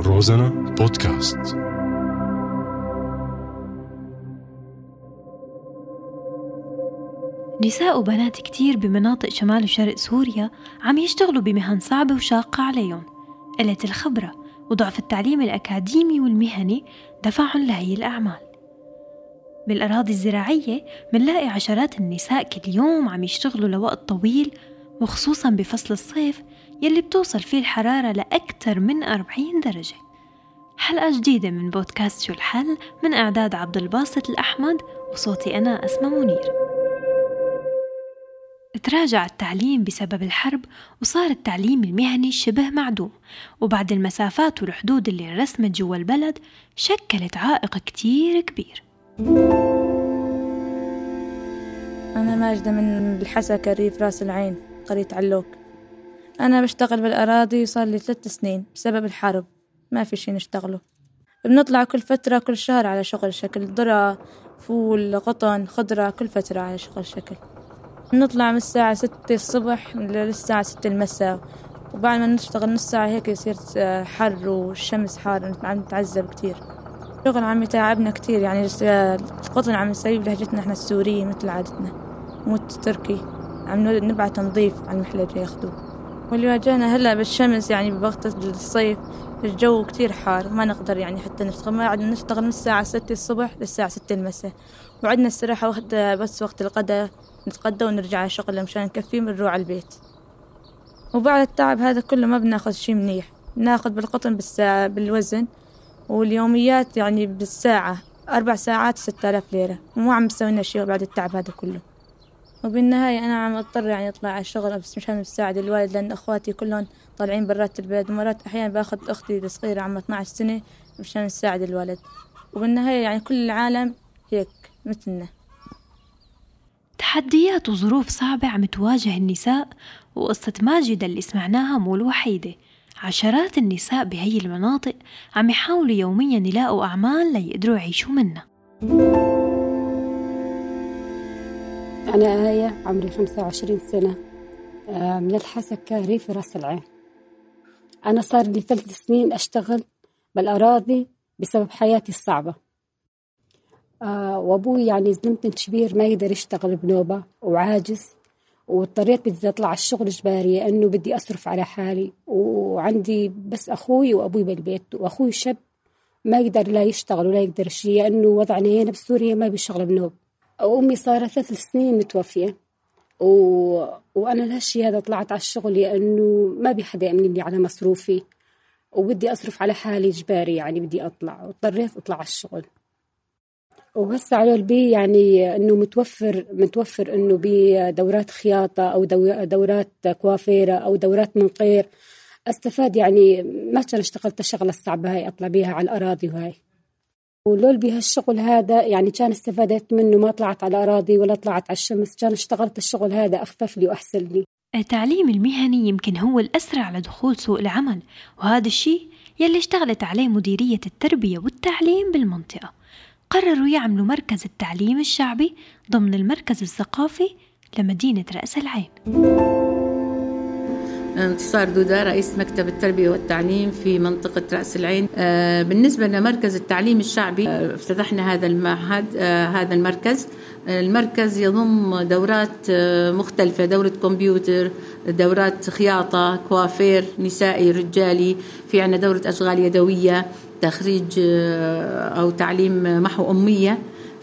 روزانا بودكاست. نساء وبنات كتير بمناطق شمال وشرق سوريا عم يشتغلوا بمهن صعبة وشاقة عليهم. قلة الخبرة وضعف التعليم الأكاديمي والمهني دفعهم لهي الأعمال. بالأراضي الزراعية منلاقي عشرات النساء كل يوم عم يشتغلوا لوقت طويل، وخصوصاً بفصل الصيف يلي بتوصل فيه الحرارة لأكثر من 40 درجة. حلقة جديدة من بودكاست شو الحل من إعداد عبد الباسط الأحمد وصوتي أنا أسماء منير. تراجع التعليم بسبب الحرب وصار التعليم المهني شبه معدوم، وبعد المسافات والحدود اللي انرسمت جوا البلد شكلت عائق كتير كبير. أنا ماجدة من الحسكة ريف راس العين قرية علوك. أنا بشتغل بالأراضي وصار لي 3 سنين بسبب الحرب، ما في شي نشتغله. بنطلع كل فترة كل شهر على شغل شكل، ذرة، فول، قطن، خضرة، كل فترة على شغل شكل. نطلع من الساعة 6 الصبح للساعة 6 المساء، وبعد ما نشتغل نص ساعة هيك يصير حر والشمس حار، عم نتعذب كتير. شغل عم يتعبنا كتير، يعني القطن عم نسوي بلهجتنا احنا السورية مثل عادتنا، مو التركي، عم نبعت نضيف على المحلات ياخدوه. واللي واجهنا هلا بالشمس يعني بوقت الصيف الجو كتير حار، ما نقدر يعني حتى نشتغل، ما عدنا نشتغل من الساعة 6 الصبح للساعة 6 المساء، وعدنا الصراحة بس وقت الغداء نتغدى ونرجع على شغل مشان نكفي ونروح على البيت. وبعد التعب هذا كله ما بناخذ شي منيح، بناخذ بالقطن بالساعة بالوزن، واليوميات يعني بالساعة 4 ساعات 6000 ليرة، ومو عم بسوينا شي بعد التعب هذا كله. وبالنهاية أنا عم أضطر يعني أطلع على الشغل بس مشان مساعد الوالد، لأن أخواتي كلهم طالعين برات البلد، ومرات أحيانا باخذ أختي الصغيرة عمرها 12 سنة مشان نساعد الولد. وبالنهاية يعني كل العالم هيك مثلنا. تحديات وظروف صعبة عم تواجه النساء، وقصة ماجدة اللي سمعناها مو الوحيدة. عشرات النساء بهي المناطق عم يحاولوا يوميا يلاقوا أعمال ليقدروا يعيشوا منها. أنا آية عمري 25 سنة، من الحسكة ريف راس العين. أنا صار لي 3 سنين أشتغل بالأراضي بسبب حياتي الصعبة. وأبوي يعني زلمة كبير ما يقدر يشتغل بنوبة وعاجز، واضطريت بدي أطلع الشغل إجباري لأنه بدي أصرف على حالي، وعندي بس أخوي وأبوي بالبيت، وأخوي شاب ما يقدر لا يشتغل ولا يقدر شيء لأنه وضعنا هنا بسوريا ما بيشتغل بنوب. أمي صارت 3 سنين متوفية، وأنا لهالشي هذا طلعت على الشغل لأنه ما بي حدا يأمن لي على مصروفي، وبدي أصرف على حالي إجباري، يعني بدي أطلع، واضطريت أطلع على الشغل. وهسه على البي يعني إنه متوفر إنه بدورات خياطة أو دورات كوافيرة أو دورات منقير أستفاد، يعني ما كان اشتغلت الشغلة الصعبة هاي أطلع بيها على الأراضي، وهاي ولول بهالشغل هذا يعني كان استفادت منه، ما طلعت على الأراضي ولا طلعت على الشمس، كان اشتغلت الشغل هذا أخفف لي وأحسن لي. التعليم المهني يمكن هو الأسرع لدخول سوق العمل، وهذا الشيء يلي اشتغلت عليه مديرية التربية والتعليم بالمنطقة. قرروا يعملوا مركز التعليم الشعبي ضمن المركز الثقافي لمدينة رأس العين. انتصار دودة، رئيس مكتب التربية والتعليم في منطقة رأس العين. بالنسبة لمركز التعليم الشعبي افتتحنا هذا المعهد، هذا المركز يضم دورات مختلفة، دورة كمبيوتر، دورات خياطة، كوافير نسائي رجالي، في عنا دورة أشغال يدوية، تخريج أو تعليم محو أمية.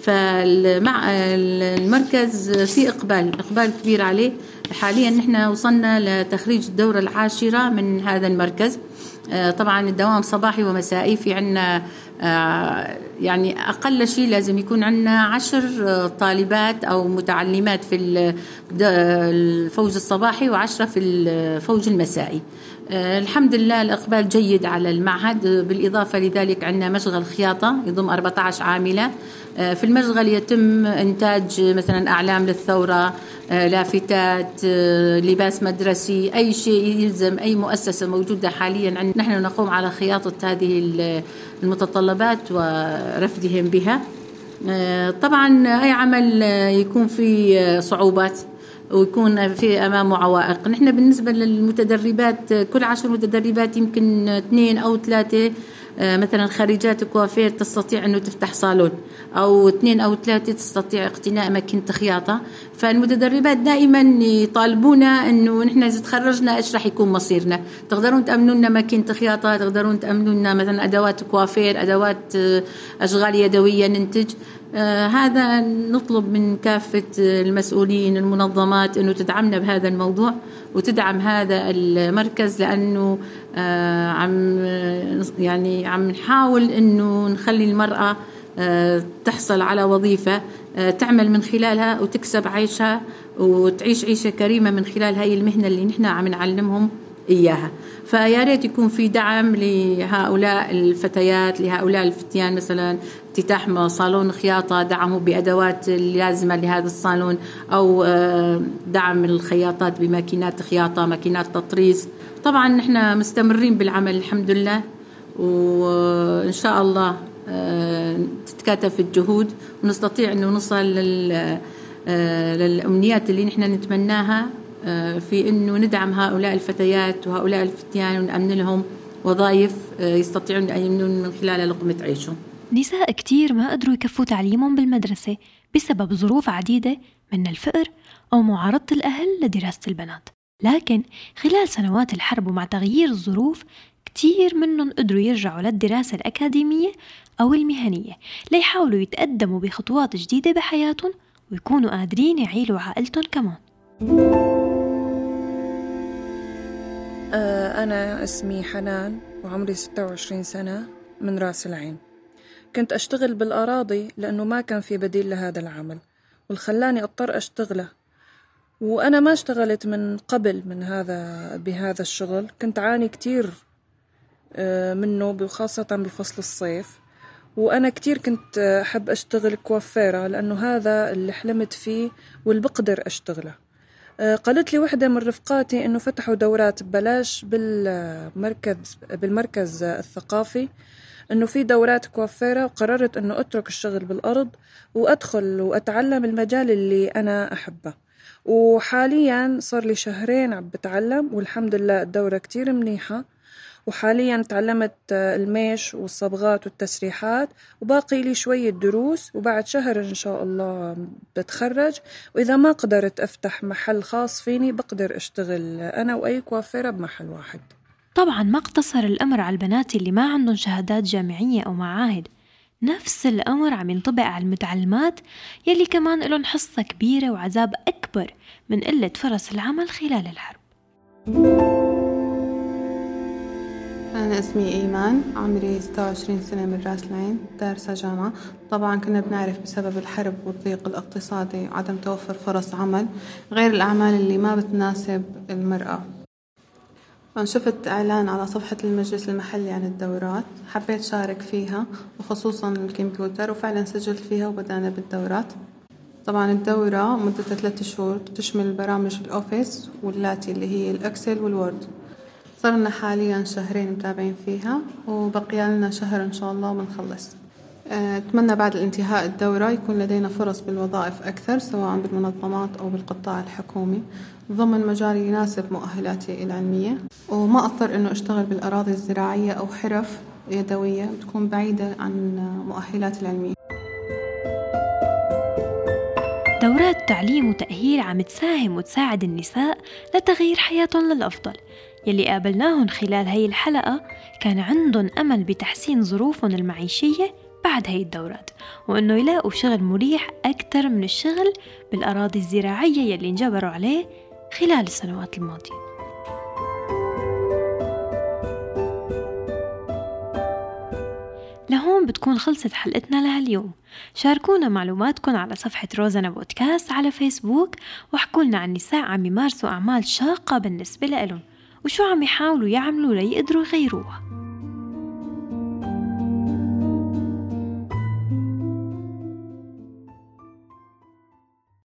فالمركز في إقبال كبير عليه. حاليا نحن وصلنا لتخريج الدورة 10 من هذا المركز. طبعا الدوام صباحي ومسائي، في عنا يعني أقل شيء لازم يكون عنا 10 طالبات أو متعلمات في الفوج الصباحي و10 في الفوج المسائي. الحمد لله الإقبال جيد على المعهد. بالإضافة لذلك عندنا مشغل خياطة يضم 14 عاملة. في المشغل يتم إنتاج مثلا أعلام للثورة، لافتات، لباس مدرسي، أي شيء يلزم أي مؤسسة موجودة حاليا عندنا. نحن نقوم على خياطة هذه المتطلبات ورفدهم بها. طبعا أي عمل يكون فيه صعوبات، ويكون في أمامه عوائق. نحن بالنسبة للمتدربات كل 10 متدربات يمكن 2 أو 3 مثلا خريجات كوافير تستطيع أنه تفتح صالون، أو 2 أو 3 تستطيع اقتناء ماكينة خياطة. فالمتدربات دائما يطالبونا أنه نحن إذا تخرجنا إيش رح يكون مصيرنا، تقدرون تأمنوا لنا ماكينة خياطة، تقدرون تأمنوا لنا مثلا أدوات كوافير، أدوات أشغال يدوية ننتج. هذا نطلب من كافة المسؤولين المنظمات أنه تدعمنا بهذا الموضوع وتدعم هذا المركز، لأنه عم نحاول أنه نخلي المرأة تحصل على وظيفة تعمل من خلالها وتكسب عيشها وتعيش عيشة كريمة من خلال هاي المهنة اللي نحن عم نعلمهم إياها. فيا ريت يكون في دعم لهؤلاء الفتيات، لهؤلاء الفتيان، مثلا افتتاح صالون خياطة دعمه بأدوات اللازمة لهذا الصالون، أو دعم الخياطات بماكينات خياطة، ماكينات تطريز. طبعا نحن مستمرين بالعمل الحمد لله، وإن شاء الله تتكاتف الجهود ونستطيع أنه نصل للأمنيات اللي نحن نتمناها في أنه ندعم هؤلاء الفتيات وهؤلاء الفتيان ونأمن لهم وظائف يستطيعون أن يمنون من خلال لقمة عيشهم. نساء كتير ما قدروا يكفوا تعليمهم بالمدرسة بسبب ظروف عديدة من الفقر أو معارضة الأهل لدراسة البنات، لكن خلال سنوات الحرب ومع تغيير الظروف كتير منهم قدروا يرجعوا للدراسة الأكاديمية أو المهنية ليحاولوا يتقدموا بخطوات جديدة بحياتهم ويكونوا قادرين يعيلوا عائلتهم كمان. أنا اسمي حنان وعمري 26 سنة من راس العين. كنت أشتغل بالأراضي لأنه ما كان في بديل لهذا العمل، والخلاني أضطر أشتغله. وأنا ما اشتغلت من قبل بهذا الشغل، كنت عاني كتير منه، وخاصة بفصل الصيف. وأنا كتير كنت أحب أشتغل كوافيرة لأنه هذا اللي حلمت فيه واللي بقدر أشتغله. قالت لي وحدة من رفقاتي إنه فتحوا دورات ببلاش بالمركز الثقافي، إنه في دورات كوافيرة، وقررت إنه أترك الشغل بالأرض وأدخل وأتعلم المجال اللي أنا أحبه. وحاليا صار لي 2 شهر عم بتعلم، والحمد لله الدورة كتير منيحة. وحاليا تعلمت الميش والصبغات والتسريحات، وباقي لي شوية دروس، وبعد 1 شهر إن شاء الله بتخرج. وإذا ما قدرت أفتح محل خاص فيني بقدر أشتغل أنا وأي كوافيرة بمحل واحد. طبعا ما اقتصر الأمر على البنات اللي ما عندهم شهادات جامعية أو معاهد، نفس الأمر عم ينطبق على المتعلمات يلي كمان لهم حصة كبيرة وعذاب أكبر من قلة فرص العمل خلال الحرب. أنا اسمي إيمان، عمري 26 سنة من راس العين، دارسة جامعة. طبعا كنا بنعرف بسبب الحرب والضيق الاقتصادي وعدم توفر فرص عمل غير الأعمال اللي ما بتناسب المرأة. شفت إعلان على صفحة المجلس المحلي عن الدورات، حبيت شارك فيها وخصوصا الكمبيوتر، وفعلا سجلت فيها وبدأنا بالدورات. طبعا الدورة مدتها 3 شهور، تشمل برامج الأوفيس واللاتي اللي هي الأكسل والوورد. صرنا حاليا 2 شهر متابعين فيها، وبقي لنا 1 شهر إن شاء الله ونخلص. أتمنى بعد الانتهاء الدورة يكون لدينا فرص بالوظائف أكثر، سواء بالمنظمات أو بالقطاع الحكومي ضمن مجال يناسب مؤهلاتي العلمية، وما أضطر إنه أشتغل بالأراضي الزراعية أو حرف يدوية بتكون بعيدة عن مؤهلاتي العلمية. دورات تعليم وتأهيل عم تساهم وتساعد النساء لتغيير حياتهم للأفضل. يلي قابلناهم خلال هاي الحلقة كان عندهم أمل بتحسين ظروفهم المعيشية بعد هاي الدورات، وإنه يلاقوا شغل مريح أكتر من الشغل بالأراضي الزراعية يلي انجبروا عليه خلال السنوات الماضية. لهون بتكون خلصت حلقتنا لهاليوم. شاركونا معلوماتكم على صفحة روزانا بودكاست على فيسبوك، واحكولنا عن نساء عم يمارسوا أعمال شاقة بالنسبة لهم وشو عم يحاولوا يعملوا ليقدروا يغيروها.